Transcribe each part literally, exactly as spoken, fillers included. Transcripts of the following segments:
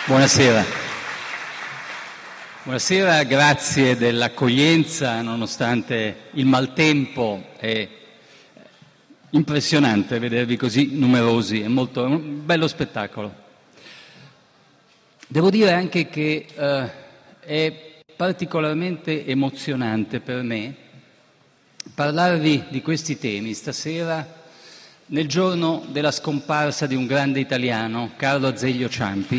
Buonasera. Buonasera, grazie dell'accoglienza, nonostante il maltempo. È impressionante vedervi così numerosi, è molto, è un bello spettacolo. Devo dire anche che eh, è particolarmente emozionante per me parlarvi di questi temi stasera nel giorno della scomparsa di un grande italiano, Carlo Azeglio Ciampi.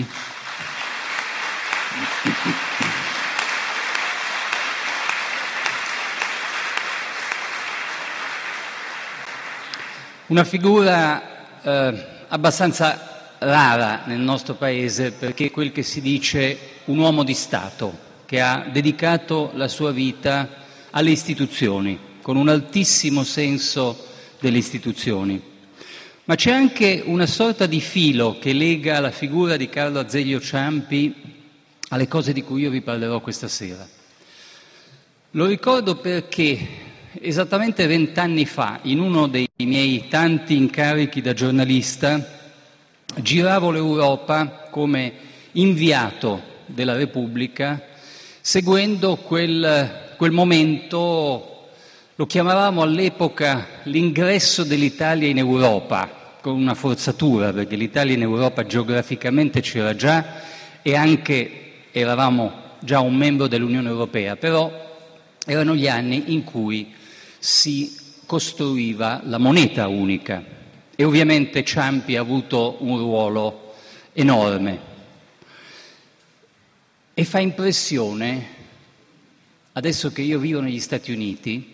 Una figura eh, abbastanza rara nel nostro paese, perché è quel che si dice un uomo di Stato che ha dedicato la sua vita alle istituzioni, con un altissimo senso delle istituzioni. Ma c'è anche una sorta di filo che lega la figura di Carlo Azeglio Ciampi alle cose di cui io vi parlerò questa sera. Lo ricordo perché esattamente vent'anni fa, in uno dei miei tanti incarichi da giornalista, giravo l'Europa come inviato della Repubblica, seguendo quel, quel momento, lo chiamavamo all'epoca l'ingresso dell'Italia in Europa, con una forzatura, perché l'Italia in Europa geograficamente c'era già e anche eravamo già un membro dell'Unione Europea, però erano gli anni in cui si costruiva la moneta unica e ovviamente Ciampi ha avuto un ruolo enorme. E fa impressione, adesso che io vivo negli Stati Uniti,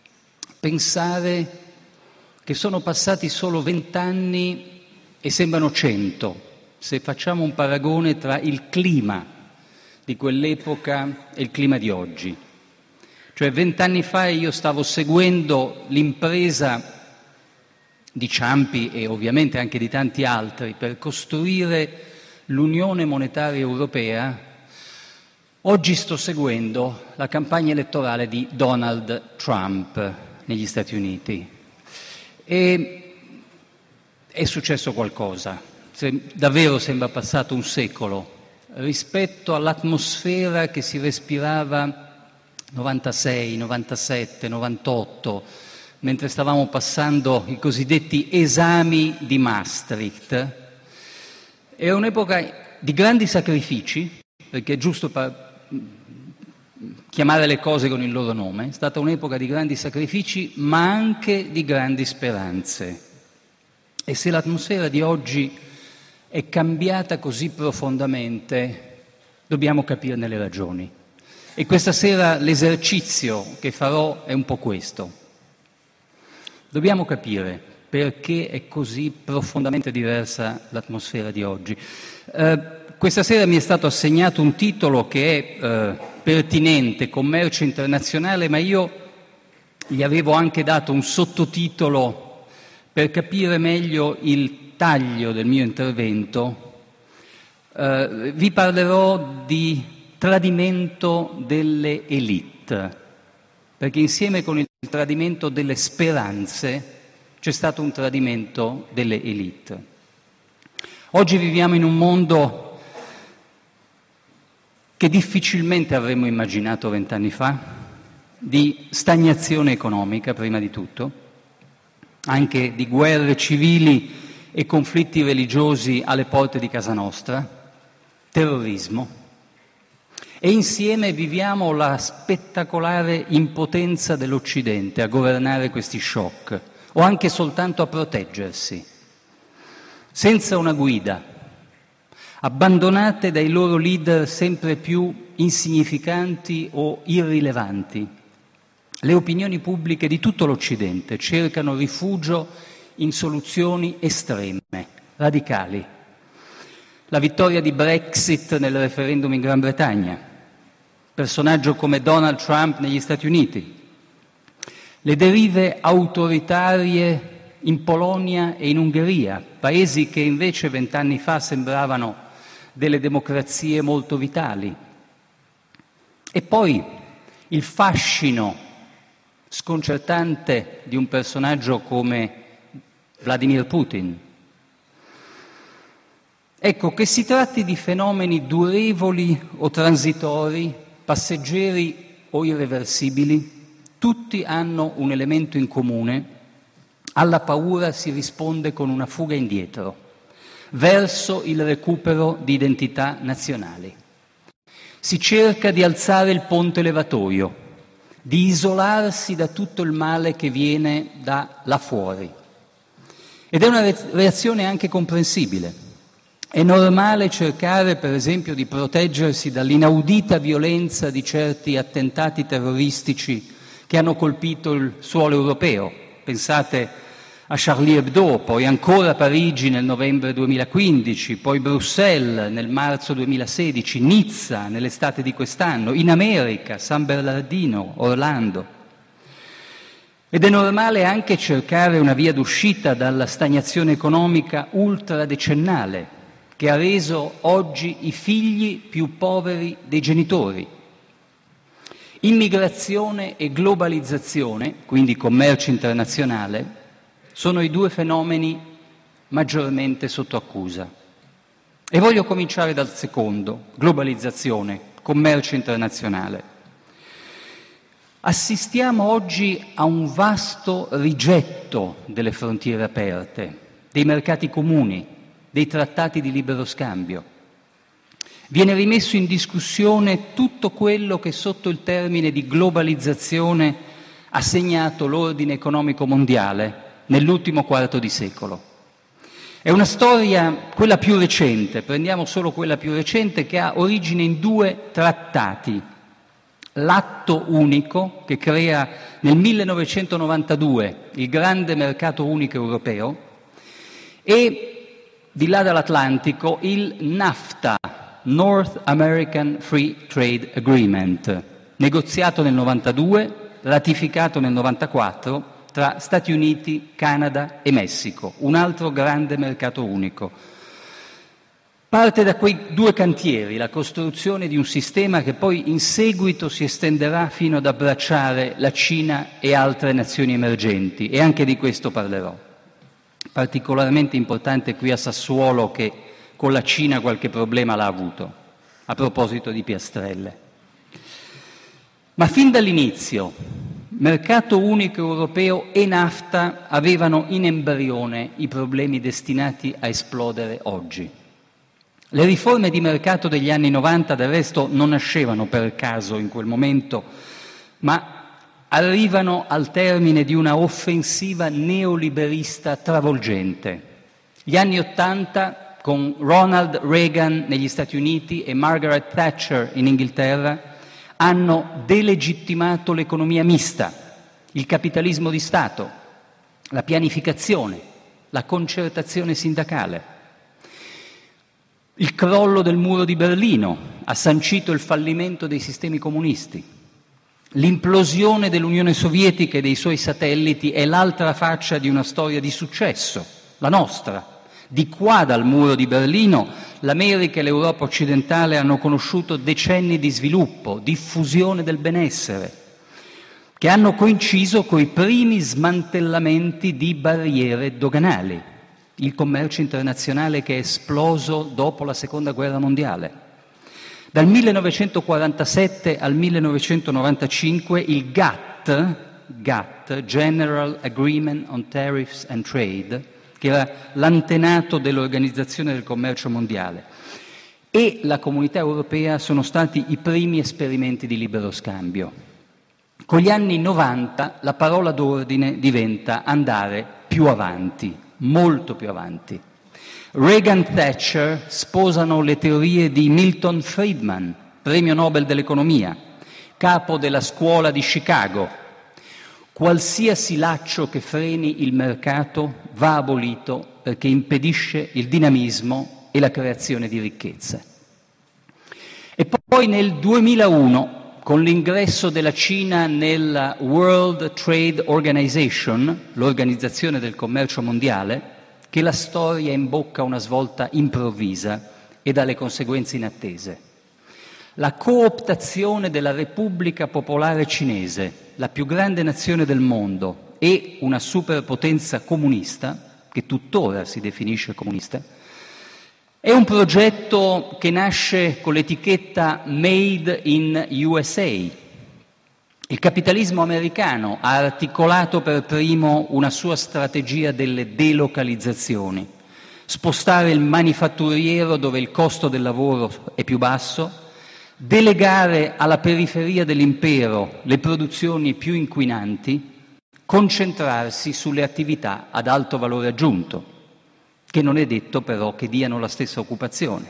pensare che sono passati solo vent'anni e sembrano cento, se facciamo un paragone tra il clima di quell'epoca e il clima di oggi. Cioè vent'anni fa io stavo seguendo l'impresa di Ciampi e ovviamente anche di tanti altri per costruire l'Unione Monetaria Europea. Oggi sto seguendo la campagna elettorale di Donald Trump negli Stati Uniti e è successo qualcosa. Davvero sembra passato un secolo rispetto all'atmosfera che si respirava novantasei, novantasette, novantotto, mentre stavamo passando i cosiddetti esami di Maastricht. È un'epoca di grandi sacrifici, perché è giusto pa- chiamare le cose con il loro nome, è stata un'epoca di grandi sacrifici, ma anche di grandi speranze. E se l'atmosfera di oggi è cambiata così profondamente, dobbiamo capirne le ragioni. E questa sera l'esercizio che farò è un po' questo. Dobbiamo capire perché è così profondamente diversa l'atmosfera di oggi. Eh, questa sera mi è stato assegnato un titolo che è eh, pertinente, commercio internazionale, ma io gli avevo anche dato un sottotitolo per capire meglio il taglio del mio intervento. Eh, vi parlerò di tradimento delle élite, perché insieme con il tradimento delle speranze c'è stato un tradimento delle élite. Oggi viviamo in un mondo che difficilmente avremmo immaginato vent'anni fa, di stagnazione economica prima di tutto, anche di guerre civili e conflitti religiosi alle porte di casa nostra, terrorismo. E insieme viviamo la spettacolare impotenza dell'Occidente a governare questi shock, o anche soltanto a proteggersi, senza una guida, abbandonate dai loro leader sempre più insignificanti o irrilevanti. Le opinioni pubbliche di tutto l'Occidente cercano rifugio in soluzioni estreme, radicali. La vittoria di Brexit nel referendum in Gran Bretagna, personaggio come Donald Trump negli Stati Uniti, le derive autoritarie in Polonia e in Ungheria, paesi che invece vent'anni fa sembravano delle democrazie molto vitali. E poi il fascino sconcertante di un personaggio come Vladimir Putin. Ecco, che si tratti di fenomeni durevoli o transitori, passeggeri o irreversibili, tutti hanno un elemento in comune: alla paura si risponde con una fuga indietro, verso il recupero di identità nazionali. Si cerca di alzare il ponte levatoio, di isolarsi da tutto il male che viene da là fuori. Ed è una reazione anche comprensibile. È normale cercare, per esempio, di proteggersi dall'inaudita violenza di certi attentati terroristici che hanno colpito il suolo europeo. Pensate a Charlie Hebdo, poi ancora Parigi nel novembre duemilaquindici, poi Bruxelles nel marzo duemilasedici, Nizza nell'estate di quest'anno, in America, San Bernardino, Orlando. Ed è normale anche cercare una via d'uscita dalla stagnazione economica ultradecennale che ha reso oggi i figli più poveri dei genitori. Immigrazione e globalizzazione, quindi commercio internazionale, sono i due fenomeni maggiormente sotto accusa. E voglio cominciare dal secondo, globalizzazione, commercio internazionale. Assistiamo oggi a un vasto rigetto delle frontiere aperte, dei mercati comuni, dei trattati di libero scambio. Viene rimesso in discussione tutto quello che sotto il termine di globalizzazione ha segnato l'ordine economico mondiale nell'ultimo quarto di secolo. È una storia, quella più recente, prendiamo solo quella più recente, che ha origine in due trattati. L'atto unico, che crea nel millenovecentonovantadue il grande mercato unico europeo, e di là dall'Atlantico il NAFTA, North American Free Trade Agreement, negoziato nel novantadue, ratificato nel novantaquattro tra Stati Uniti, Canada e Messico, un altro grande mercato unico. Parte da quei due cantieri, la costruzione di un sistema che poi in seguito si estenderà fino ad abbracciare la Cina e altre nazioni emergenti, e anche di questo parlerò. Particolarmente importante qui a Sassuolo, che con la Cina qualche problema l'ha avuto, a proposito di piastrelle. Ma fin dall'inizio, mercato unico europeo e NAFTA avevano in embrione i problemi destinati a esplodere oggi. Le riforme di mercato degli anni novanta, del resto, non nascevano per caso in quel momento, ma arrivano al termine di una offensiva neoliberista travolgente. Gli anni Ottanta, con Ronald Reagan negli Stati Uniti e Margaret Thatcher in Inghilterra, hanno delegittimato l'economia mista, il capitalismo di Stato, la pianificazione, la concertazione sindacale. Il crollo del muro di Berlino ha sancito il fallimento dei sistemi comunisti. L'implosione dell'Unione Sovietica e dei suoi satelliti è l'altra faccia di una storia di successo, la nostra. Di qua dal muro di Berlino l'America e l'Europa occidentale hanno conosciuto decenni di sviluppo, diffusione del benessere, che hanno coinciso coi primi smantellamenti di barriere doganali, il commercio internazionale che è esploso dopo la Seconda Guerra Mondiale. Dal millenovecentoquarantasette al millenovecentonovantacinque il GATT, GATT, General Agreement on Tariffs and Trade, che era l'antenato dell'Organizzazione del Commercio Mondiale, e la Comunità Europea sono stati i primi esperimenti di libero scambio. Con gli anni novanta la parola d'ordine diventa andare più avanti, molto più avanti. Reagan e Thatcher sposano le teorie di Milton Friedman, premio Nobel dell'economia, capo della scuola di Chicago. Qualsiasi laccio che freni il mercato va abolito perché impedisce il dinamismo e la creazione di ricchezza. E poi nel duemilauno, con l'ingresso della Cina nella World Trade Organization, l'Organizzazione del Commercio Mondiale, che la storia imbocca una svolta improvvisa e dalle conseguenze inattese. La cooptazione della Repubblica Popolare Cinese, la più grande nazione del mondo e una superpotenza comunista, che tuttora si definisce comunista, È un progetto che nasce con l'etichetta Made in U S A. Il capitalismo americano ha articolato per primo una sua strategia delle delocalizzazioni, spostare il manifatturiero dove il costo del lavoro è più basso, delegare alla periferia dell'impero le produzioni più inquinanti, concentrarsi sulle attività ad alto valore aggiunto, che non è detto però che diano la stessa occupazione.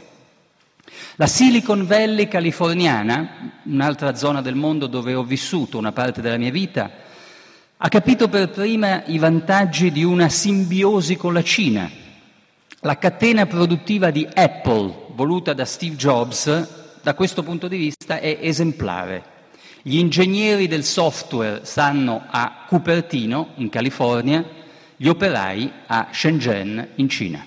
La Silicon Valley californiana, un'altra zona del mondo dove ho vissuto una parte della mia vita, ha capito per prima i vantaggi di una simbiosi con la Cina. La catena produttiva di Apple, voluta da Steve Jobs, da questo punto di vista è esemplare. Gli ingegneri del software stanno a Cupertino, in California, gli operai a Shenzhen, in Cina.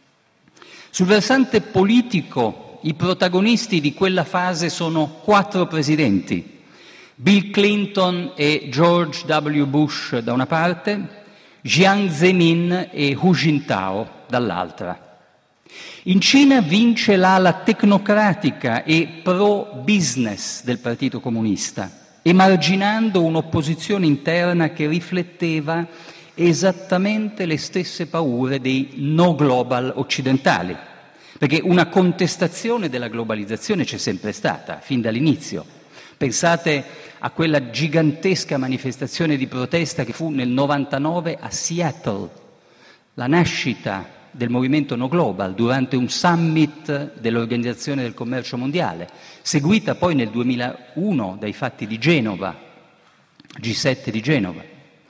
Sul versante politico, i protagonisti di quella fase sono quattro presidenti: Bill Clinton e George W. Bush da una parte, Jiang Zemin e Hu Jintao dall'altra. In Cina vince l'ala tecnocratica e pro-business del Partito Comunista, emarginando un'opposizione interna che rifletteva esattamente le stesse paure dei no global occidentali, perché una contestazione della globalizzazione c'è sempre stata, fin dall'inizio. Pensate a quella gigantesca manifestazione di protesta che fu nel novantanove a Seattle, la nascita del movimento no global durante un summit dell'Organizzazione del Commercio Mondiale, seguita poi nel duemilauno dai fatti di Genova, G sette di Genova.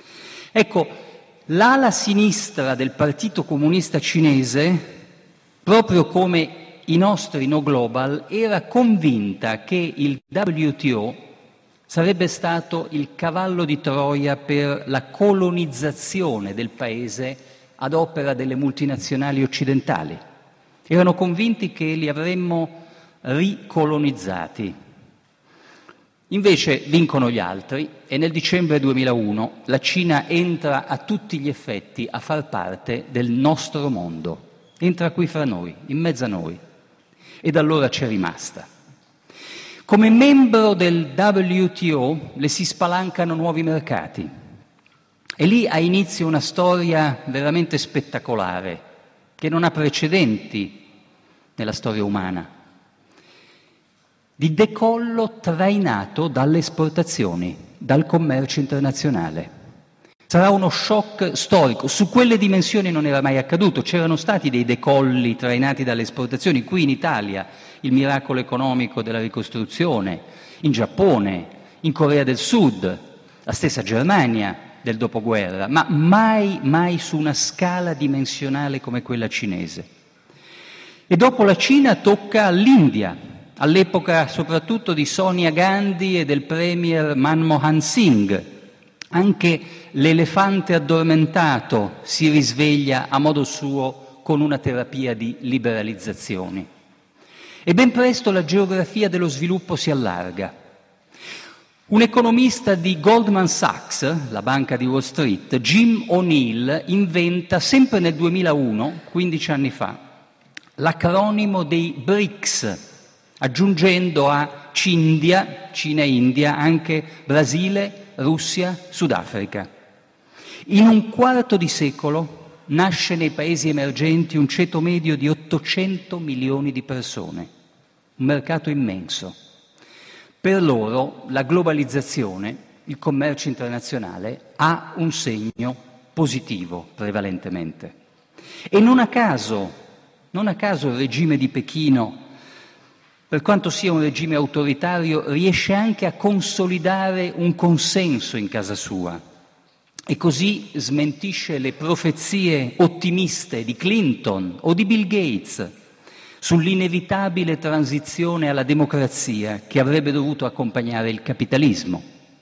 Ecco, l'ala sinistra del Partito Comunista Cinese, proprio come i nostri no global, era convinta che il W T O sarebbe stato il cavallo di Troia per la colonizzazione del paese ad opera delle multinazionali occidentali. Erano convinti che li avremmo ricolonizzati. Invece vincono gli altri e nel dicembre duemilauno la Cina entra a tutti gli effetti a far parte del nostro mondo. Entra qui fra noi, in mezzo a noi. E da allora c'è rimasta. Come membro del W T O le si spalancano nuovi mercati. E lì ha inizio una storia veramente spettacolare, che non ha precedenti nella storia umana, di decollo trainato dalle esportazioni, dal commercio internazionale. Sarà uno shock storico, su quelle dimensioni non era mai accaduto, c'erano stati dei decolli trainati dalle esportazioni, qui in Italia, il miracolo economico della ricostruzione, in Giappone, in Corea del Sud, la stessa Germania del dopoguerra, ma mai, mai su una scala dimensionale come quella cinese. E dopo la Cina tocca all'India, all'epoca soprattutto di Sonia Gandhi e del premier Manmohan Singh. Anche l'elefante addormentato si risveglia a modo suo con una terapia di liberalizzazioni. E ben presto la geografia dello sviluppo si allarga. Un economista di Goldman Sachs, la banca di Wall Street, Jim O'Neill, inventa sempre nel duemilauno, quindici anni fa, l'acronimo dei BRICS, aggiungendo a Cindia, Cina e India, anche Brasile, Russia, Sudafrica. In un quarto di secolo nasce nei paesi emergenti un ceto medio di ottocento milioni di persone, un mercato immenso. Per loro la globalizzazione, il commercio internazionale, ha un segno positivo prevalentemente. E non a caso, non a caso il regime di Pechino, per quanto sia un regime autoritario, riesce anche a consolidare un consenso in casa sua e così smentisce le profezie ottimiste di Clinton o di Bill Gates sull'inevitabile transizione alla democrazia che avrebbe dovuto accompagnare il capitalismo.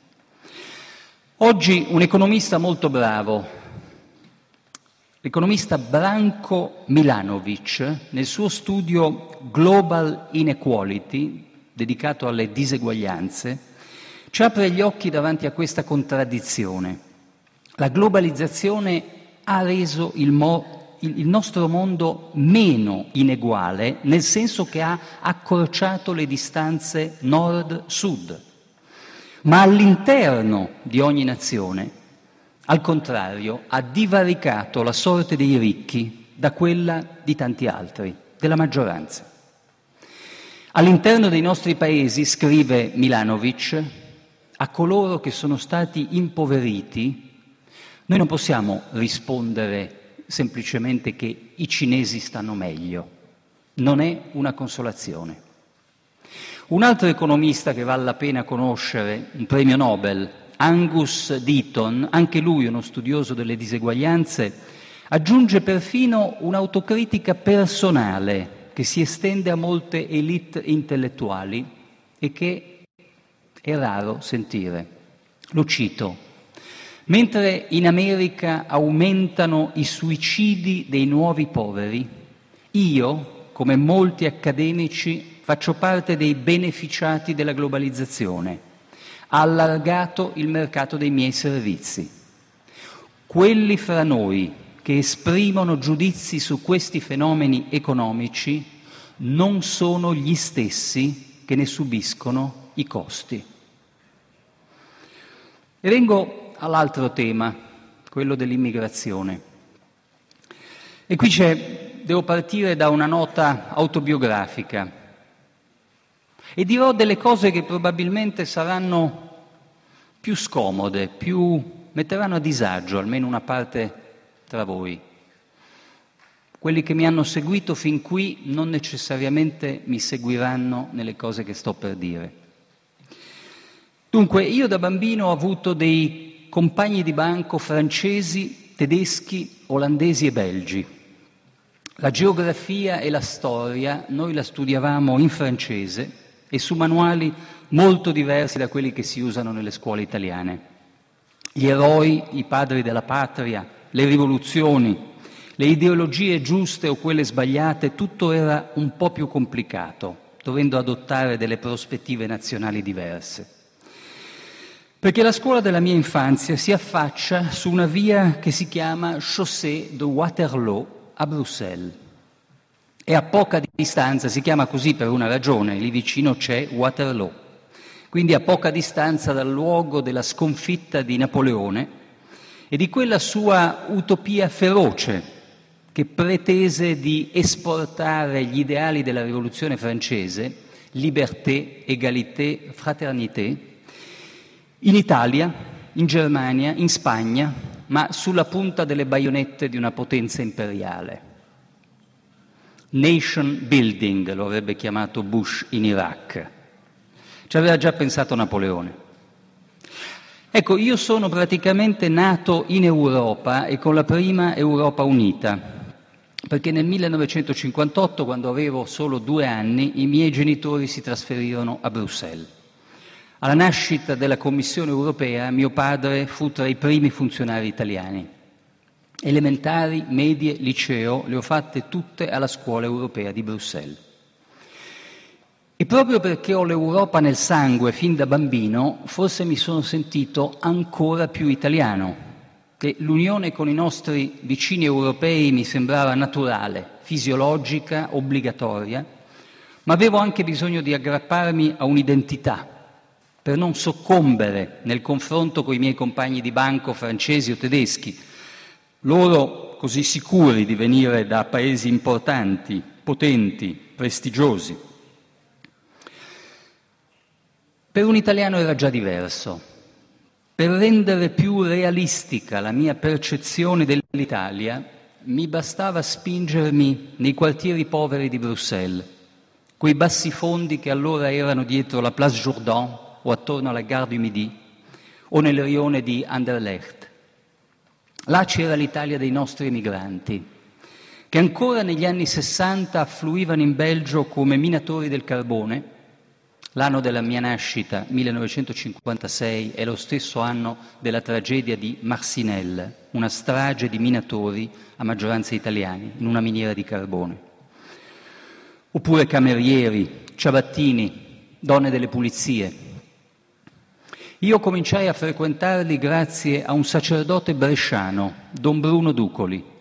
Oggi un economista molto bravo, l'economista Branko Milanovic, nel suo studio Global Inequality, dedicato alle diseguaglianze, ci apre gli occhi davanti a questa contraddizione. La globalizzazione ha reso il, mo- il, il nostro mondo meno ineguale, nel senso che ha accorciato le distanze nord-sud. Ma all'interno di ogni nazione, al contrario, ha divaricato la sorte dei ricchi da quella di tanti altri, della maggioranza. All'interno dei nostri paesi, scrive Milanovic, a coloro che sono stati impoveriti, noi non possiamo rispondere semplicemente che i cinesi stanno meglio. Non è una consolazione. Un altro economista che vale la pena conoscere, un premio Nobel, Angus Deaton, anche lui uno studioso delle diseguaglianze, aggiunge perfino un'autocritica personale che si estende a molte élite intellettuali e che è raro sentire. Lo cito. Mentre in America aumentano i suicidi dei nuovi poveri, io, come molti accademici, faccio parte dei beneficiati della globalizzazione. Ha allargato il mercato dei miei servizi. Quelli fra noi che esprimono giudizi su questi fenomeni economici non sono gli stessi che ne subiscono i costi. E vengo all'altro tema, quello dell'immigrazione. E qui c'è, devo partire da una nota autobiografica e dirò delle cose che probabilmente saranno più scomode, più metteranno a disagio almeno una parte tra voi. Quelli che mi hanno seguito fin qui non necessariamente mi seguiranno nelle cose che sto per dire. Dunque, io da bambino ho avuto dei compagni di banco francesi, tedeschi, olandesi e belgi. La geografia e la storia noi la studiavamo in francese e su manuali molto diversi da quelli che si usano nelle scuole italiane. Gli eroi, i padri della patria, le rivoluzioni, le ideologie giuste o quelle sbagliate, tutto era un po' più complicato, dovendo adottare delle prospettive nazionali diverse. Perché la scuola della mia infanzia si affaccia su una via che si chiama Chaussée de Waterloo a Bruxelles. E a poca distanza, si chiama così per una ragione, lì vicino c'è Waterloo. Quindi a poca distanza dal luogo della sconfitta di Napoleone e di quella sua utopia feroce che pretese di esportare gli ideali della rivoluzione francese, liberté, égalité, fraternité, in Italia, in Germania, in Spagna, ma sulla punta delle baionette di una potenza imperiale. Nation building lo avrebbe chiamato Bush in Iraq. Ci aveva già pensato Napoleone. Ecco, io sono praticamente nato in Europa e con la prima Europa unita, perché nel millenovecentocinquantotto, quando avevo solo due anni, i miei genitori si trasferirono a Bruxelles. Alla nascita della Commissione europea mio padre fu tra i primi funzionari italiani. Elementari, medie, liceo, le ho fatte tutte alla Scuola Europea di Bruxelles. E proprio perché ho l'Europa nel sangue fin da bambino, forse mi sono sentito ancora più italiano, che l'unione con i nostri vicini europei mi sembrava naturale, fisiologica, obbligatoria, ma avevo anche bisogno di aggrapparmi a un'identità, per non soccombere nel confronto con i miei compagni di banco francesi o tedeschi, loro così sicuri di venire da paesi importanti, potenti, prestigiosi. Per un italiano era già diverso. Per rendere più realistica la mia percezione dell'Italia, mi bastava spingermi nei quartieri poveri di Bruxelles, quei bassifondi che allora erano dietro la Place Jourdan o attorno alla Gare du Midi o nel rione di Anderlecht. Là c'era l'Italia dei nostri emigranti, che ancora negli anni sessanta affluivano in Belgio come minatori del carbone. L'anno della mia nascita, millenovecentocinquantasei, è lo stesso anno della tragedia di Marcinelle, una strage di minatori a maggioranza italiani in una miniera di carbone. Oppure camerieri, ciabattini, donne delle pulizie. Io cominciai a frequentarli grazie a un sacerdote bresciano, Don Bruno Ducoli,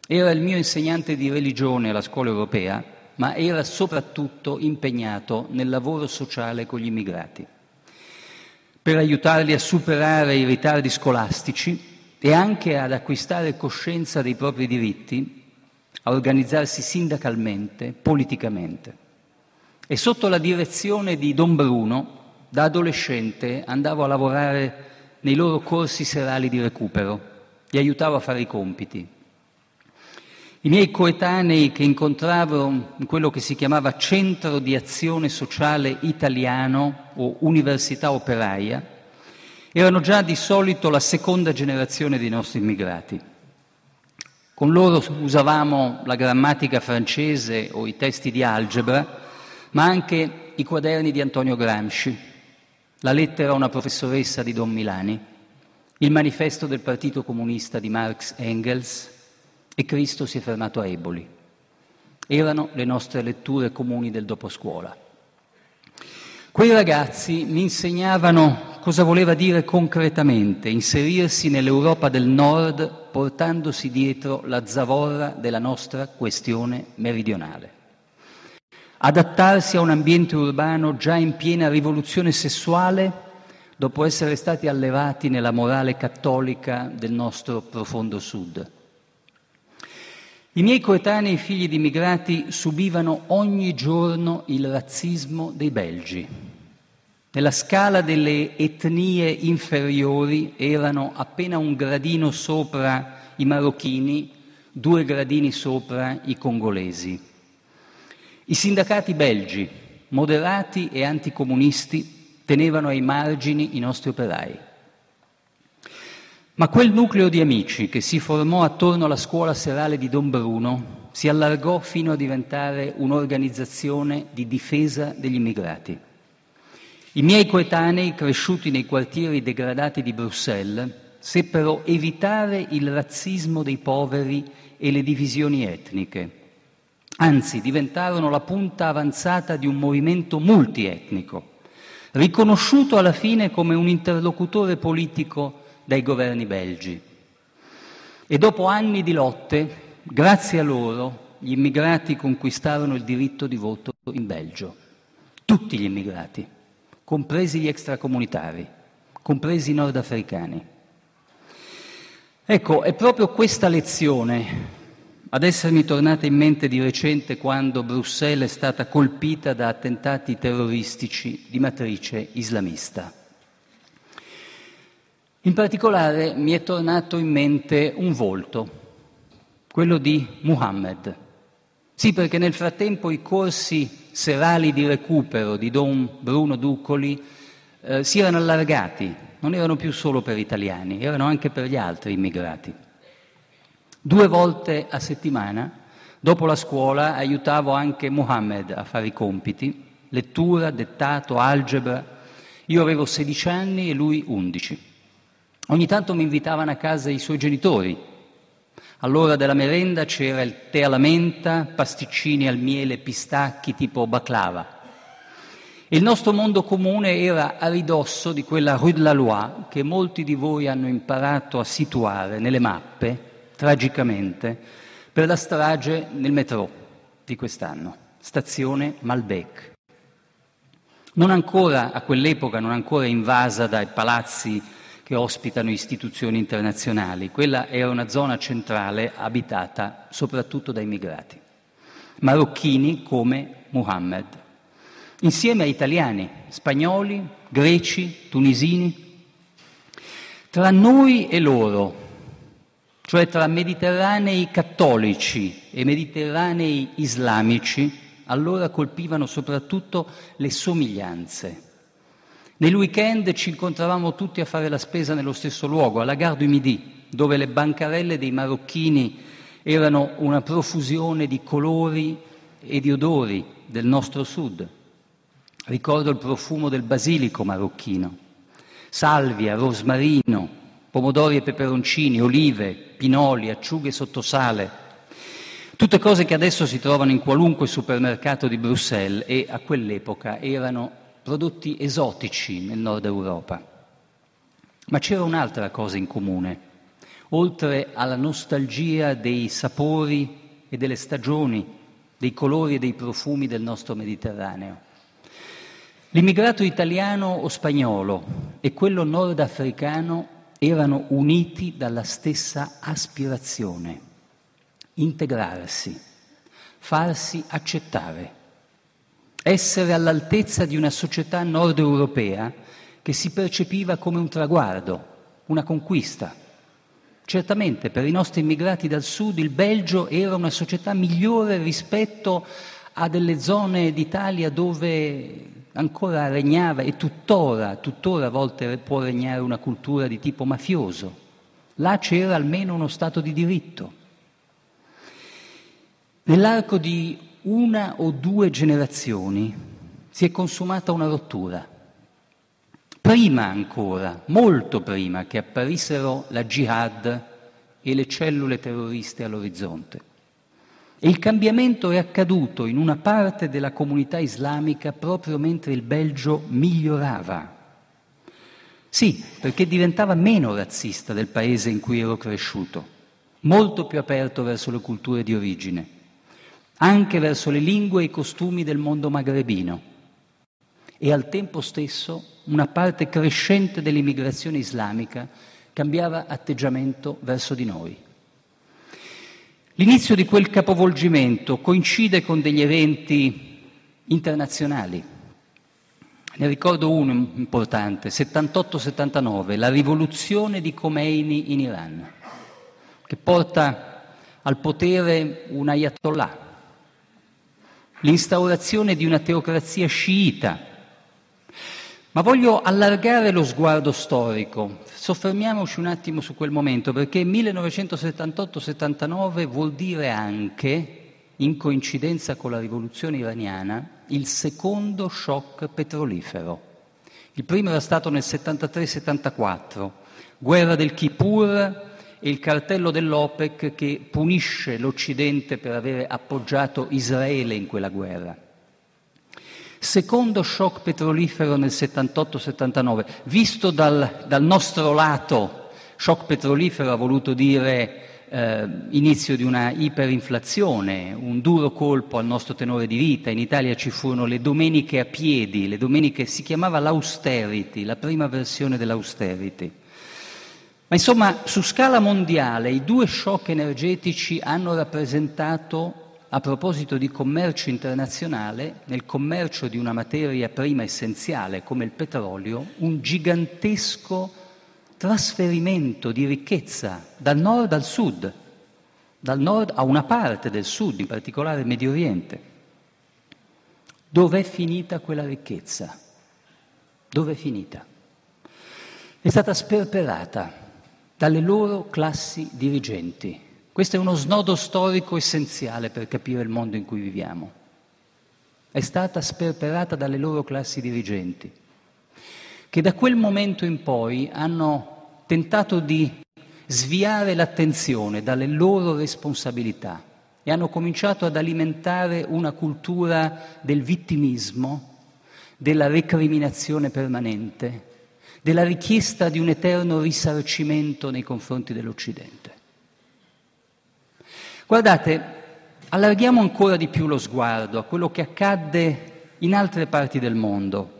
Era il mio insegnante di religione alla scuola europea, ma era soprattutto impegnato nel lavoro sociale con gli immigrati, per aiutarli a superare i ritardi scolastici e anche ad acquistare coscienza dei propri diritti, a organizzarsi sindacalmente, politicamente. E sotto la direzione di Don Bruno, da adolescente, andavo a lavorare nei loro corsi serali di recupero, li aiutavo a fare i compiti. I miei coetanei che incontravo in quello che si chiamava Centro di Azione Sociale Italiano o Università Operaia erano già di solito la seconda generazione dei nostri immigrati. Con loro usavamo la grammatica francese o i testi di algebra, ma anche i quaderni di Antonio Gramsci, la lettera a una professoressa di Don Milani, il manifesto del Partito Comunista di Marx Engels e Cristo si è fermato a Eboli. Erano le nostre letture comuni del doposcuola. Quei ragazzi mi insegnavano cosa voleva dire concretamente inserirsi nell'Europa del Nord portandosi dietro la zavorra della nostra questione meridionale. Adattarsi a un ambiente urbano già in piena rivoluzione sessuale dopo essere stati allevati nella morale cattolica del nostro profondo sud. I miei coetanei figli di immigrati subivano ogni giorno il razzismo dei belgi. Nella scala delle etnie inferiori erano appena un gradino sopra i marocchini, due gradini sopra i congolesi. I sindacati belgi, moderati e anticomunisti, tenevano ai margini i nostri operai. Ma quel nucleo di amici che si formò attorno alla scuola serale di Don Bruno si allargò fino a diventare un'organizzazione di difesa degli immigrati. I miei coetanei, cresciuti nei quartieri degradati di Bruxelles, seppero evitare il razzismo dei poveri e le divisioni etniche. Anzi, diventarono la punta avanzata di un movimento multietnico, riconosciuto alla fine come un interlocutore politico dai governi belgi. E dopo anni di lotte, grazie a loro, gli immigrati conquistarono il diritto di voto in Belgio. Tutti gli immigrati, compresi gli extracomunitari, compresi i nordafricani. Ecco, è proprio questa lezione ad essermi tornata in mente di recente quando Bruxelles è stata colpita da attentati terroristici di matrice islamista. In particolare mi è tornato in mente un volto, quello di Muhammad. Sì, perché nel frattempo i corsi serali di recupero di Don Bruno Duccoli eh, si erano allargati, non erano più solo per italiani, erano anche per gli altri immigrati. Due volte a settimana, dopo la scuola, aiutavo anche Muhammad a fare i compiti, lettura, dettato, algebra. Io avevo sedici anni e lui undici. Ogni tanto mi invitavano a casa i suoi genitori. All'ora della merenda c'era il tè alla menta, pasticcini al miele, pistacchi tipo baklava. E il nostro mondo comune era a ridosso di quella Rue de la Loi che molti di voi hanno imparato a situare nelle mappe, tragicamente, per la strage nel metro di quest'anno, stazione Malbec. Non ancora, a quell'epoca, non ancora invasa dai palazzi che ospitano istituzioni internazionali. Quella era una zona centrale abitata soprattutto da immigrati, marocchini come Muhammad, insieme a italiani, spagnoli, greci, tunisini. Tra noi e loro, cioè tra mediterranei cattolici e mediterranei islamici, allora colpivano soprattutto le somiglianze. Nel weekend ci incontravamo tutti a fare la spesa nello stesso luogo, alla Gare du Midi, dove le bancarelle dei marocchini erano una profusione di colori e di odori del nostro sud. Ricordo il profumo del basilico marocchino, salvia, rosmarino, pomodori e peperoncini, olive, pinoli, acciughe sotto sale. Tutte cose che adesso si trovano in qualunque supermercato di Bruxelles e a quell'epoca erano prodotti esotici nel nord Europa. Ma c'era un'altra cosa in comune, oltre alla nostalgia dei sapori e delle stagioni, dei colori e dei profumi del nostro Mediterraneo. L'immigrato italiano o spagnolo e quello nordafricano erano uniti dalla stessa aspirazione: integrarsi, farsi accettare, essere all'altezza di una società nord europea che si percepiva come un traguardo, una conquista. Certamente per i nostri immigrati dal sud il Belgio era una società migliore rispetto a delle zone d'Italia dove ancora regnava e tuttora, tuttora a volte può regnare una cultura di tipo mafioso. Là c'era almeno uno Stato di diritto. Nell'arco di una o due generazioni si è consumata una rottura. Prima ancora, molto prima che apparissero la jihad e le cellule terroriste all'orizzonte. E il cambiamento è accaduto in una parte della comunità islamica proprio mentre il Belgio migliorava. Sì, perché diventava meno razzista del paese in cui ero cresciuto, molto più aperto verso le culture di origine, anche verso le lingue e i costumi del mondo magrebino. E al tempo stesso una parte crescente dell'immigrazione islamica cambiava atteggiamento verso di noi. L'inizio di quel capovolgimento coincide con degli eventi internazionali. Ne ricordo uno importante, settantotto settantanove, la rivoluzione di Khomeini in Iran, che porta al potere un ayatollah, l'instaurazione di una teocrazia sciita. Ma voglio allargare lo sguardo storico, soffermiamoci un attimo su quel momento, perché millenovecentosettantotto settantanove vuol dire anche, in coincidenza con la rivoluzione iraniana, il secondo shock petrolifero. Il primo era stato nel settantatré settantaquattro, guerra del Kippur e il cartello dell'OPEC che punisce l'Occidente per aver appoggiato Israele in quella guerra. Secondo shock petrolifero nel settantotto settantanove, visto dal, dal nostro lato, shock petrolifero ha voluto dire eh, inizio di una iperinflazione, un duro colpo al nostro tenore di vita. In Italia ci furono le domeniche a piedi, le domeniche si chiamava l'austerity, la prima versione dell'austerity. Ma insomma, su scala mondiale i due shock energetici hanno rappresentato, a proposito di commercio internazionale, nel commercio di una materia prima essenziale come il petrolio, un gigantesco trasferimento di ricchezza dal nord al sud, dal nord a una parte del sud, in particolare il Medio Oriente. Dov'è finita quella ricchezza? Dov'è finita? È stata sperperata dalle loro classi dirigenti. Questo è uno snodo storico essenziale per capire il mondo in cui viviamo. È stata sperperata dalle loro classi dirigenti, che da quel momento in poi hanno tentato di sviare l'attenzione dalle loro responsabilità e hanno cominciato ad alimentare una cultura del vittimismo, della recriminazione permanente, della richiesta di un eterno risarcimento nei confronti dell'Occidente. Guardate, allarghiamo ancora di più lo sguardo a quello che accadde in altre parti del mondo.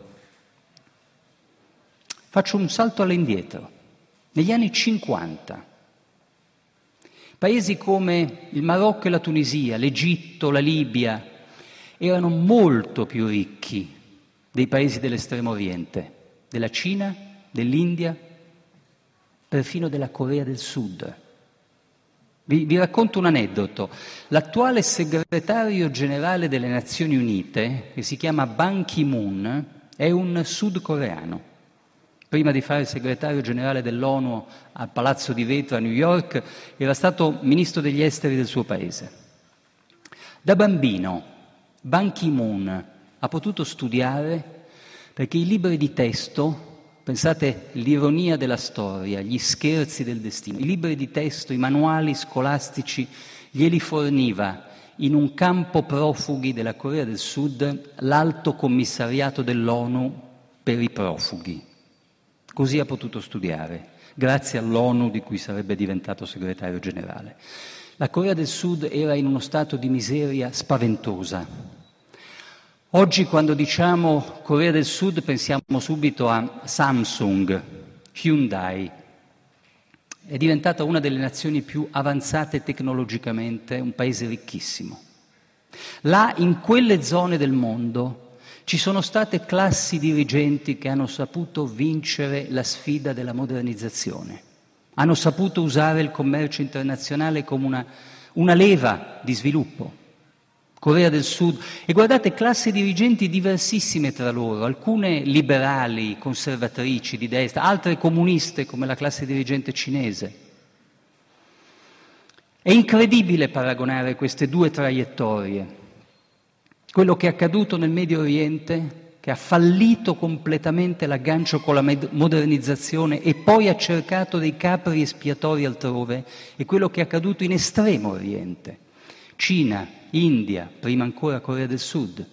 Faccio un salto all'indietro. Negli anni cinquanta, paesi come il Marocco e la Tunisia, l'Egitto, la Libia, erano molto più ricchi dei paesi dell'estremo oriente, della Cina, dell'India, perfino della Corea del Sud. Vi, vi racconto un aneddoto. L'attuale segretario generale delle Nazioni Unite, che si chiama Ban Ki-moon, è un sudcoreano. Prima di fare il segretario generale dell'ONU al Palazzo di Vetro a New York, era stato ministro degli esteri del suo paese. Da bambino Ban Ki-moon ha potuto studiare perché i libri di testo, pensate l'ironia della storia, gli scherzi del destino, i libri di testo, i manuali scolastici glieli forniva in un campo profughi della Corea del Sud l'Alto Commissariato dell'ONU per i profughi. Così ha potuto studiare, grazie all'ONU di cui sarebbe diventato segretario generale. La Corea del Sud era in uno stato di miseria spaventosa. Oggi quando diciamo Corea del Sud pensiamo subito a Samsung, Hyundai. È diventata una delle nazioni più avanzate tecnologicamente, un paese ricchissimo. Là, in quelle zone del mondo, ci sono state classi dirigenti che hanno saputo vincere la sfida della modernizzazione. Hanno saputo usare il commercio internazionale come una, una leva di sviluppo. Corea del Sud. E guardate, classi dirigenti diversissime tra loro, alcune liberali, conservatrici, di destra, altre comuniste come la classe dirigente cinese. È incredibile paragonare queste due traiettorie. Quello che è accaduto nel Medio Oriente, che ha fallito completamente l'aggancio con la modernizzazione e poi ha cercato dei capri espiatori altrove, e quello che è accaduto in Estremo Oriente, Cina, India, prima ancora Corea del Sud.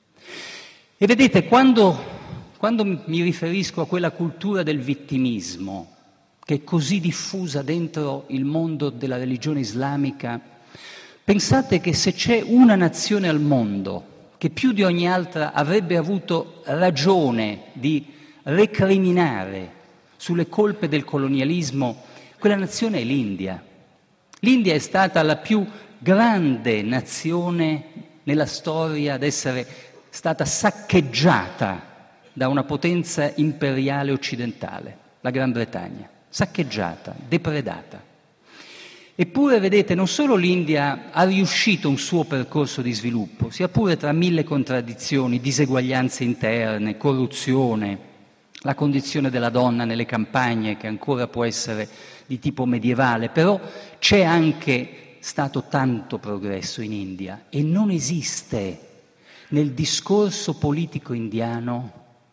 E vedete, quando, quando mi riferisco a quella cultura del vittimismo, che è così diffusa dentro il mondo della religione islamica, pensate che se c'è una nazione al mondo che più di ogni altra avrebbe avuto ragione di recriminare sulle colpe del colonialismo, quella nazione è l'India. L'India è stata la più grande nazione nella storia ad essere stata saccheggiata da una potenza imperiale occidentale, la Gran Bretagna, saccheggiata, depredata. Eppure, vedete, non solo l'India ha riuscito un suo percorso di sviluppo, sia pure tra mille contraddizioni, diseguaglianze interne, corruzione, la condizione della donna nelle campagne che ancora può essere di tipo medievale, però c'è anche stato tanto progresso in India e non esiste nel discorso politico indiano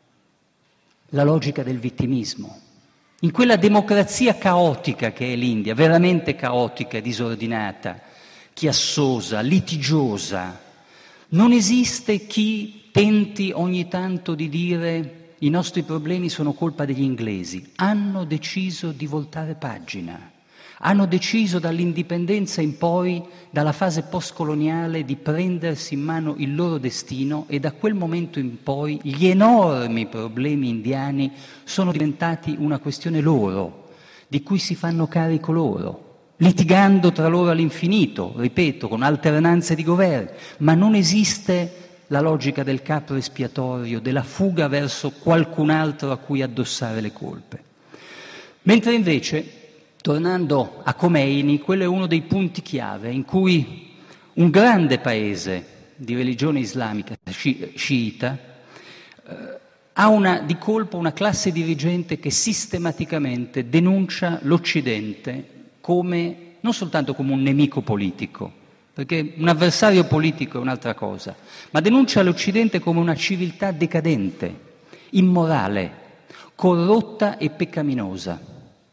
la logica del vittimismo. In quella democrazia caotica che è l'India, veramente caotica, disordinata, chiassosa, litigiosa, non esiste chi tenti ogni tanto di dire i nostri problemi sono colpa degli inglesi. Hanno deciso di voltare pagina. Hanno deciso dall'indipendenza in poi, dalla fase postcoloniale, di prendersi in mano il loro destino, e da quel momento in poi gli enormi problemi indiani sono diventati una questione loro, di cui si fanno carico loro, litigando tra loro all'infinito, ripeto, con alternanze di governi, ma non esiste la logica del capro espiatorio, della fuga verso qualcun altro a cui addossare le colpe. Mentre invece, tornando a Khomeini, quello è uno dei punti chiave in cui un grande paese di religione islamica sci- sciita eh, ha una, di colpo una classe dirigente che sistematicamente denuncia l'Occidente come, non soltanto come un nemico politico, perché un avversario politico è un'altra cosa, ma denuncia l'Occidente come una civiltà decadente, immorale, corrotta e peccaminosa.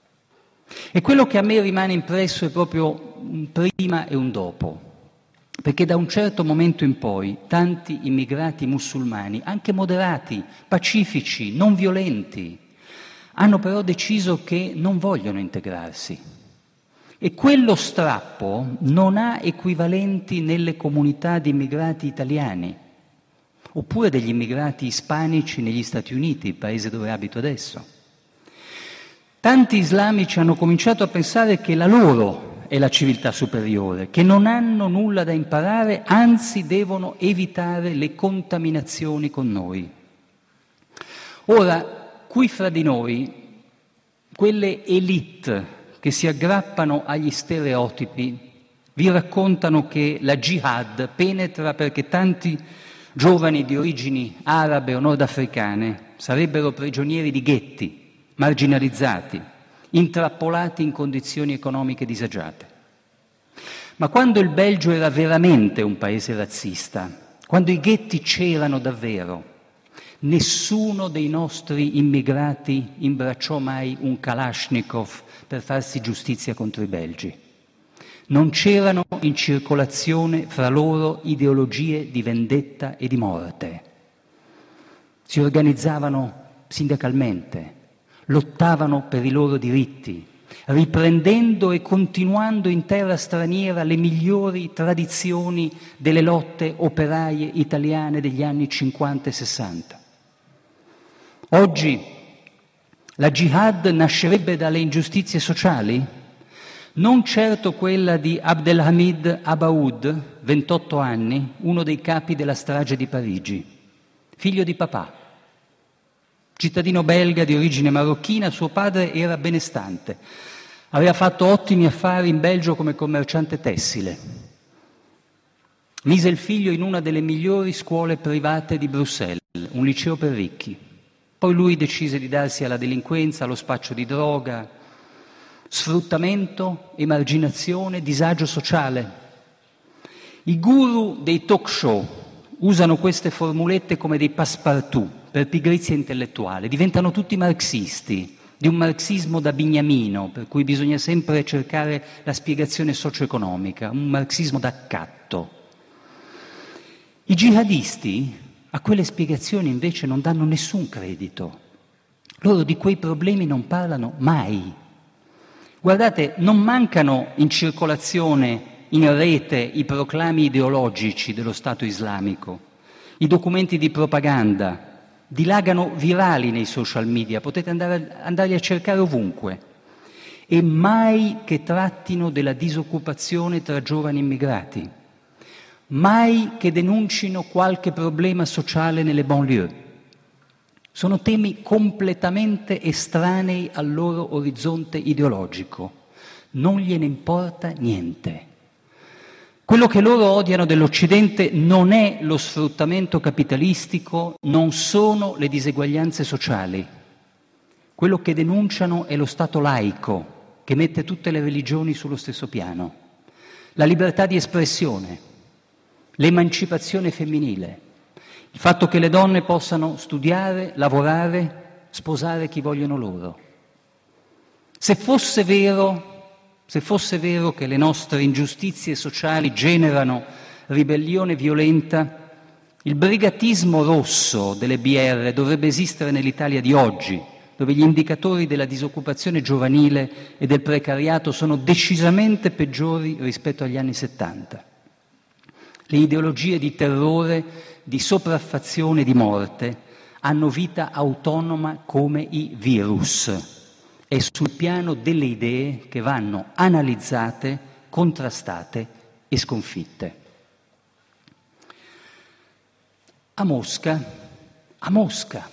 E quello che a me rimane impresso è proprio un prima e un dopo, perché da un certo momento in poi tanti immigrati musulmani, anche moderati, pacifici, non violenti, hanno però deciso che non vogliono integrarsi. E quello strappo non ha equivalenti nelle comunità di immigrati italiani, oppure degli immigrati ispanici negli Stati Uniti, il paese dove abito adesso. Tanti islamici hanno cominciato a pensare che la loro è la civiltà superiore, che non hanno nulla da imparare, anzi devono evitare le contaminazioni con noi. Ora, qui fra di noi, quelle élite che si aggrappano agli stereotipi vi raccontano che la jihad penetra perché tanti giovani di origini arabe o nordafricane sarebbero prigionieri di ghetti, marginalizzati, intrappolati in condizioni economiche disagiate. Ma quando il Belgio era veramente un paese razzista, quando i ghetti c'erano davvero, nessuno dei nostri immigrati imbracciò mai un Kalashnikov per farsi giustizia contro i belgi. Non c'erano in circolazione fra loro ideologie di vendetta e di morte. Si organizzavano sindacalmente, lottavano per i loro diritti, riprendendo e continuando in terra straniera le migliori tradizioni delle lotte operaie italiane degli anni cinquanta e sessanta. Oggi la jihad nascerebbe dalle ingiustizie sociali? Non certo quella di Abdelhamid Abaoud, ventotto anni, uno dei capi della strage di Parigi, figlio di papà. Cittadino belga di origine marocchina, suo padre era benestante. Aveva fatto ottimi affari in Belgio come commerciante tessile. Mise il figlio in una delle migliori scuole private di Bruxelles, un liceo per ricchi. Poi lui decise di darsi alla delinquenza, allo spaccio di droga, sfruttamento, emarginazione, disagio sociale. I guru dei talk show usano queste formulette come dei passepartout per pigrizia intellettuale, diventano tutti marxisti, di un marxismo da bignamino, per cui bisogna sempre cercare la spiegazione socio-economica, un marxismo d'accatto. I jihadisti a quelle spiegazioni invece non danno nessun credito. Loro di quei problemi non parlano mai. Guardate, non mancano in circolazione in rete i proclami ideologici dello Stato islamico, i documenti di propaganda, dilagano virali nei social media, potete andare, andarli a cercare ovunque, e mai che trattino della disoccupazione tra giovani immigrati, mai che denuncino qualche problema sociale nelle banlieue. Sono temi completamente estranei al loro orizzonte ideologico, non gliene importa niente. Quello che loro odiano dell'Occidente non è lo sfruttamento capitalistico, non sono le diseguaglianze sociali. Quello che denunciano è lo Stato laico, che mette tutte le religioni sullo stesso piano, la libertà di espressione, l'emancipazione femminile, il fatto che le donne possano studiare, lavorare, sposare chi vogliono loro. Se fosse vero... Se fosse vero che le nostre ingiustizie sociali generano ribellione violenta, il brigatismo rosso delle B R dovrebbe esistere nell'Italia di oggi, dove gli indicatori della disoccupazione giovanile e del precariato sono decisamente peggiori rispetto agli anni settanta. Le ideologie di terrore, di sopraffazione e di morte hanno vita autonoma come i virus. È sul piano delle idee che vanno analizzate, contrastate e sconfitte. A Mosca, a Mosca,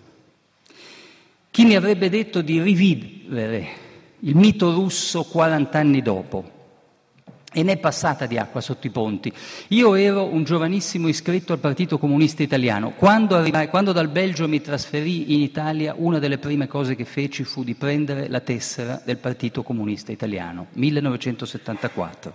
chi mi avrebbe detto di rivivere il mito russo quarant'anni dopo? E n'è passata di acqua sotto i ponti. Io ero un giovanissimo iscritto al Partito Comunista Italiano. Quando, arrivai, quando dal Belgio mi trasferii in Italia, una delle prime cose che feci fu di prendere la tessera del Partito Comunista Italiano, millenovecentosettantaquattro.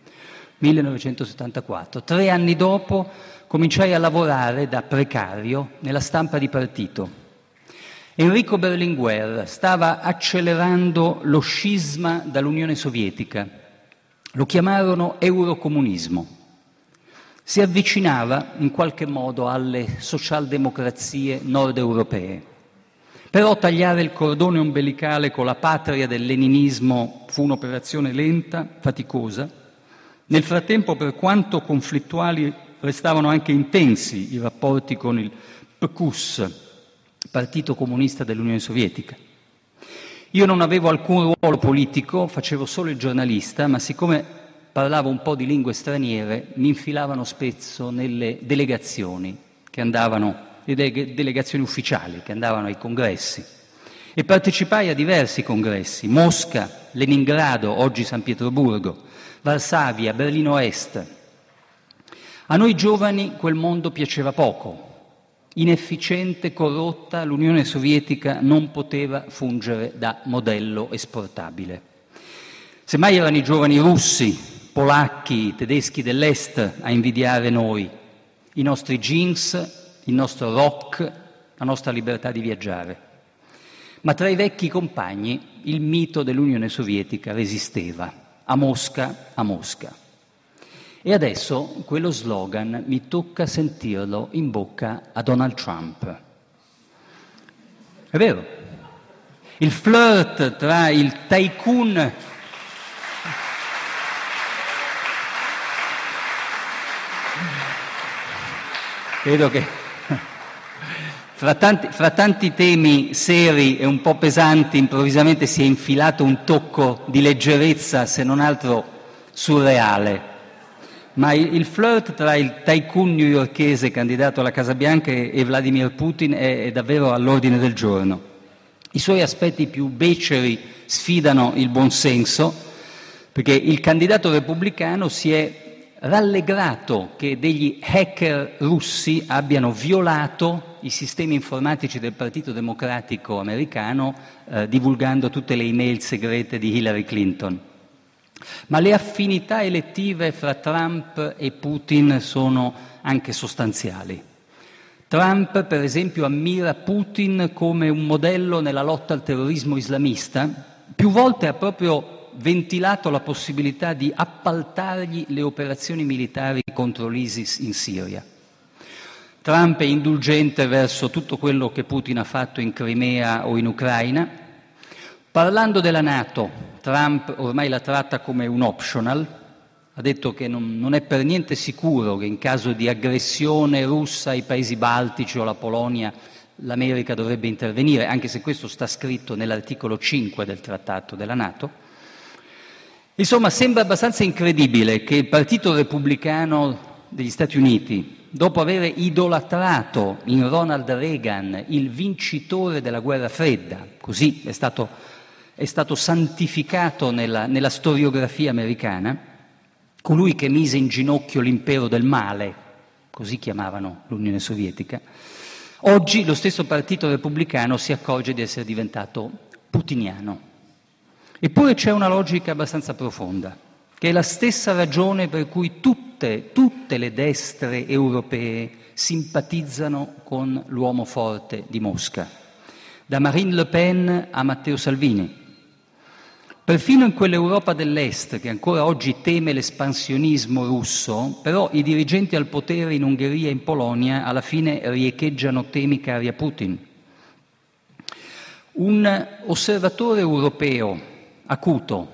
millenovecentosettantaquattro. Tre anni dopo cominciai a lavorare da precario nella stampa di partito. Enrico Berlinguer stava accelerando lo scisma dall'Unione Sovietica. Lo chiamarono eurocomunismo. Si avvicinava in qualche modo alle socialdemocrazie nord europee. Però tagliare il cordone ombelicale con la patria del leninismo fu un'operazione lenta, faticosa. Nel frattempo, per quanto conflittuali, restavano anche intensi i rapporti con il P Q S, Partito Comunista dell'Unione Sovietica. Io non avevo alcun ruolo politico, facevo solo il giornalista, ma siccome parlavo un po' di lingue straniere, mi infilavano spesso nelle delegazioni che andavano, le dele- delegazioni ufficiali che andavano ai congressi. E partecipai a diversi congressi: Mosca, Leningrado, oggi San Pietroburgo, Varsavia, Berlino Est. A noi giovani quel mondo piaceva poco. Inefficiente, corrotta, l'Unione Sovietica non poteva fungere da modello esportabile. Semmai erano i giovani russi, polacchi, tedeschi dell'Est a invidiare noi, i nostri jeans, il nostro rock, la nostra libertà di viaggiare. Ma tra i vecchi compagni il mito dell'Unione Sovietica resisteva, a Mosca, a Mosca. E adesso quello slogan mi tocca sentirlo in bocca a Donald Trump. È vero. il flirt tra il tycoon credo che fra tanti, fra tanti temi seri e un po' pesanti improvvisamente si è infilato un tocco di leggerezza, se non altro surreale. Ma il, il flirt tra il tycoon newyorkese candidato alla Casa Bianca e, e Vladimir Putin è, è davvero all'ordine del giorno. I suoi aspetti più beceri sfidano il buonsenso, perché il candidato repubblicano si è rallegrato che degli hacker russi abbiano violato i sistemi informatici del Partito Democratico americano, eh, divulgando tutte le email segrete di Hillary Clinton. Ma le affinità elettive fra Trump e Putin sono anche sostanziali. Trump, per esempio, ammira Putin come un modello nella lotta al terrorismo islamista. Più volte ha proprio ventilato la possibilità di appaltargli le operazioni militari contro l'ISIS in Siria. Trump è indulgente verso tutto quello che Putin ha fatto in Crimea o in Ucraina. Parlando della NATO, Trump ormai la tratta come un optional, ha detto che non, non è per niente sicuro che in caso di aggressione russa ai paesi baltici o alla Polonia l'America dovrebbe intervenire, anche se questo sta scritto nell'articolo cinque del trattato della NATO. Insomma, sembra abbastanza incredibile che il Partito Repubblicano degli Stati Uniti, dopo aver idolatrato in Ronald Reagan il vincitore della guerra fredda, così è stato, è stato santificato nella, nella storiografia americana, colui che mise in ginocchio l'impero del male, così chiamavano l'Unione Sovietica, oggi lo stesso Partito Repubblicano si accorge di essere diventato putiniano. Eppure c'è una logica abbastanza profonda, che è la stessa ragione per cui tutte, tutte le destre europee simpatizzano con l'uomo forte di Mosca, da Marine Le Pen a Matteo Salvini. Perfino in quell'Europa dell'Est che ancora oggi teme l'espansionismo russo, però i dirigenti al potere in Ungheria e in Polonia alla fine riecheggiano temi cari a Putin. Un osservatore europeo acuto,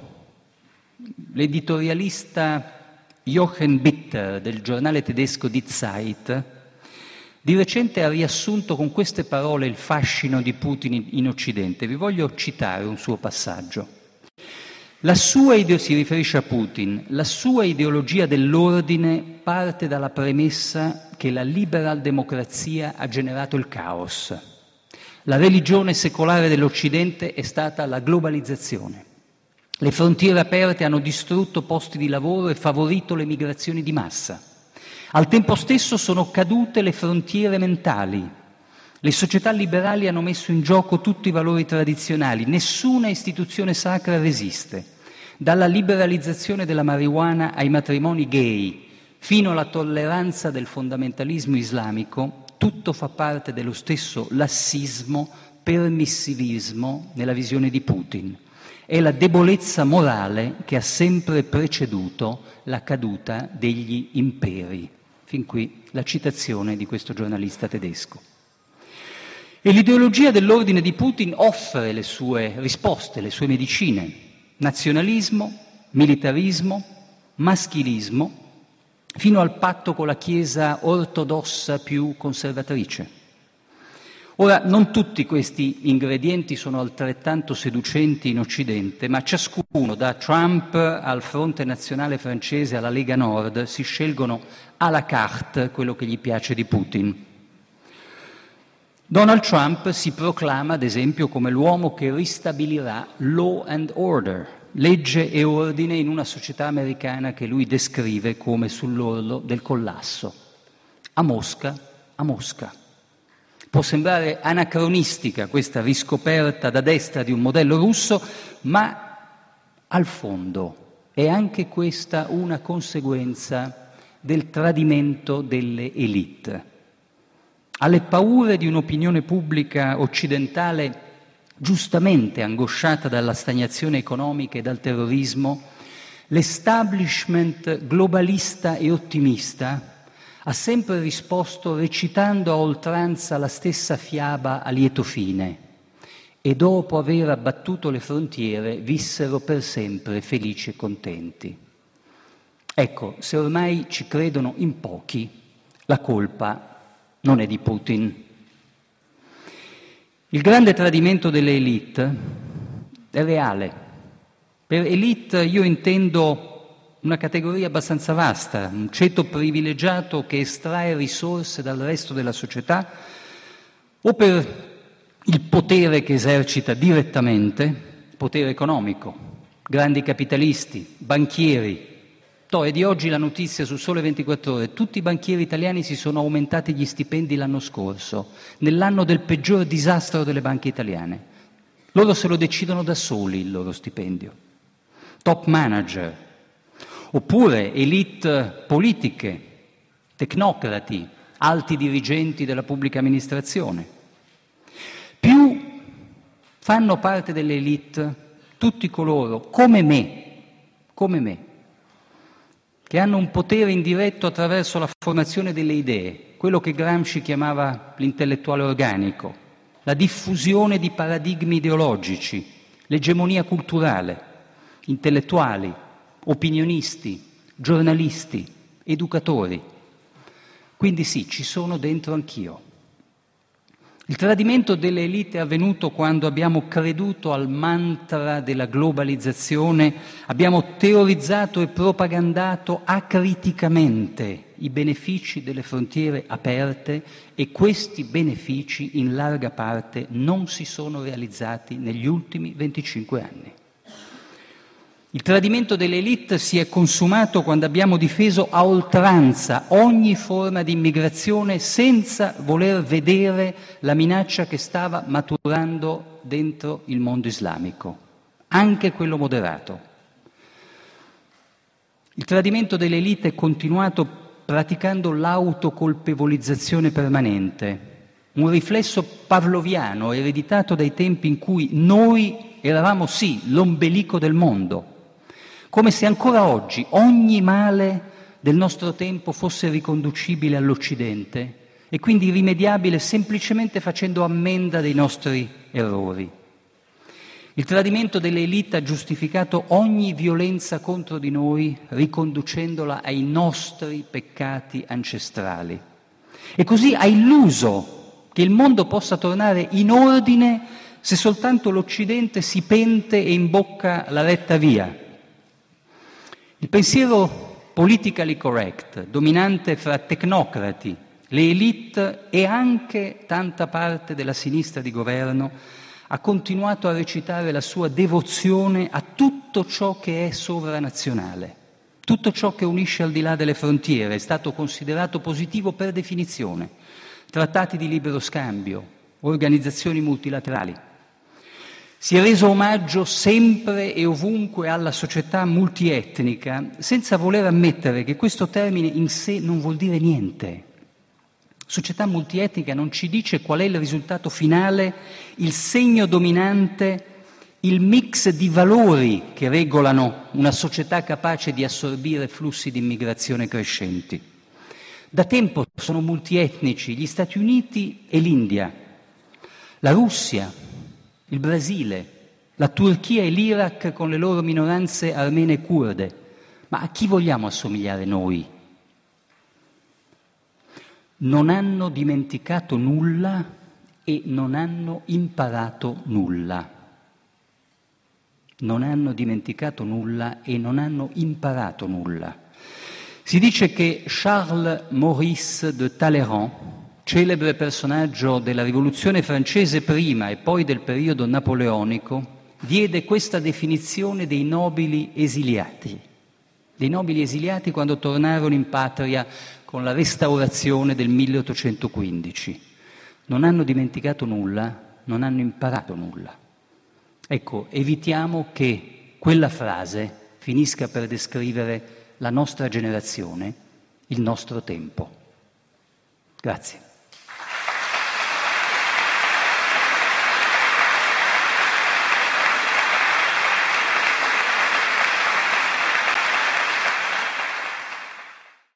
l'editorialista Jochen Bitter del giornale tedesco Die Zeit, di recente ha riassunto con queste parole il fascino di Putin in Occidente. Vi voglio citare un suo passaggio. La sua ideo- si riferisce a Putin, la sua ideologia dell'ordine parte dalla premessa che la liberal democrazia ha generato il caos. La religione secolare dell'Occidente è stata la globalizzazione. Le frontiere aperte hanno distrutto posti di lavoro e favorito le migrazioni di massa. Al tempo stesso sono cadute le frontiere mentali. Le società liberali hanno messo in gioco tutti i valori tradizionali. Nessuna istituzione sacra resiste. Dalla liberalizzazione della marijuana ai matrimoni gay, fino alla tolleranza del fondamentalismo islamico, tutto fa parte dello stesso lassismo, permissivismo nella visione di Putin. È la debolezza morale che ha sempre preceduto la caduta degli imperi. Fin qui la citazione di questo giornalista tedesco. E l'ideologia dell'ordine di Putin offre le sue risposte, le sue medicine: nazionalismo, militarismo, maschilismo, fino al patto con la Chiesa ortodossa più conservatrice. Ora, non tutti questi ingredienti sono altrettanto seducenti in Occidente, ma ciascuno, da Trump al Fronte Nazionale Francese alla Lega Nord, si scelgono à la carte quello che gli piace di Putin. Donald Trump si proclama, ad esempio, come l'uomo che ristabilirà law and order, legge e ordine in una società americana che lui descrive come sull'orlo del collasso. A Mosca, a Mosca. Può sembrare anacronistica questa riscoperta da destra di un modello russo, ma al fondo è anche questa una conseguenza del tradimento delle élite. Alle paure di un'opinione pubblica occidentale giustamente angosciata dalla stagnazione economica e dal terrorismo, l'establishment globalista e ottimista ha sempre risposto recitando a oltranza la stessa fiaba a lieto fine. e dopo aver abbattuto le frontiere vissero per sempre felici e contenti. Ecco, se ormai ci credono in pochi, la colpa non è di Putin. Il grande tradimento delle élite è reale. Per élite io intendo una categoria abbastanza vasta, un ceto privilegiato che estrae risorse dal resto della società, o per il potere che esercita direttamente, potere economico, grandi capitalisti, banchieri. È di oggi la notizia su Sole ventiquattro Ore, tutti i banchieri italiani si sono aumentati gli stipendi l'anno scorso, nell'anno del peggior disastro delle banche italiane. Loro se lo decidono da soli il loro stipendio. Top manager, oppure elite politiche, tecnocrati, alti dirigenti della pubblica amministrazione. Più fanno parte dell'elite tutti coloro, come me, come me, che hanno un potere indiretto attraverso la formazione delle idee, quello che Gramsci chiamava l'intellettuale organico, la diffusione di paradigmi ideologici, l'egemonia culturale, intellettuali, opinionisti, giornalisti, educatori. Quindi sì, ci sono dentro anch'io. Il tradimento delle élite è avvenuto quando abbiamo creduto al mantra della globalizzazione, abbiamo teorizzato e propagandato acriticamente i benefici delle frontiere aperte e questi benefici in larga parte non si sono realizzati negli ultimi venticinque anni. Il tradimento delle élite si è consumato quando abbiamo difeso a oltranza ogni forma di immigrazione senza voler vedere la minaccia che stava maturando dentro il mondo islamico, anche quello moderato. Il tradimento delle élite è continuato praticando l'autocolpevolizzazione permanente, un riflesso pavloviano ereditato dai tempi in cui noi eravamo sì l'ombelico del mondo, come se ancora oggi ogni male del nostro tempo fosse riconducibile all'Occidente e quindi rimediabile semplicemente facendo ammenda dei nostri errori. Il tradimento delle élite ha giustificato ogni violenza contro di noi riconducendola ai nostri peccati ancestrali e così ha illuso che il mondo possa tornare in ordine se soltanto l'Occidente si pente e imbocca la retta via. Il pensiero politically correct, dominante fra tecnocrati, le élite e anche tanta parte della sinistra di governo, ha continuato a recitare la sua devozione a tutto ciò che è sovranazionale. Tutto ciò che unisce al di là delle frontiere è stato considerato positivo per definizione. Trattati di libero scambio, organizzazioni multilaterali. Si è reso omaggio sempre e ovunque alla società multietnica, senza voler ammettere che questo termine in sé non vuol dire niente. Società multietnica non ci dice qual è il risultato finale, il segno dominante, il mix di valori che regolano una società capace di assorbire flussi di immigrazione crescenti. Da tempo sono multietnici gli Stati Uniti e l'India, la Russia, il Brasile, la Turchia e l'Iraq con le loro minoranze armene e curde. Ma a chi vogliamo assomigliare noi? Non hanno dimenticato nulla e non hanno imparato nulla. Non hanno dimenticato nulla e non hanno imparato nulla. Si dice che Charles Maurice de Talleyrand, celebre personaggio della rivoluzione francese prima e poi del periodo napoleonico, diede questa definizione dei nobili esiliati. Dei nobili esiliati quando tornarono in patria con la restaurazione del milleottocentoquindici. Non hanno dimenticato nulla, non hanno imparato nulla. Ecco, evitiamo che quella frase finisca per descrivere la nostra generazione, il nostro tempo. Grazie.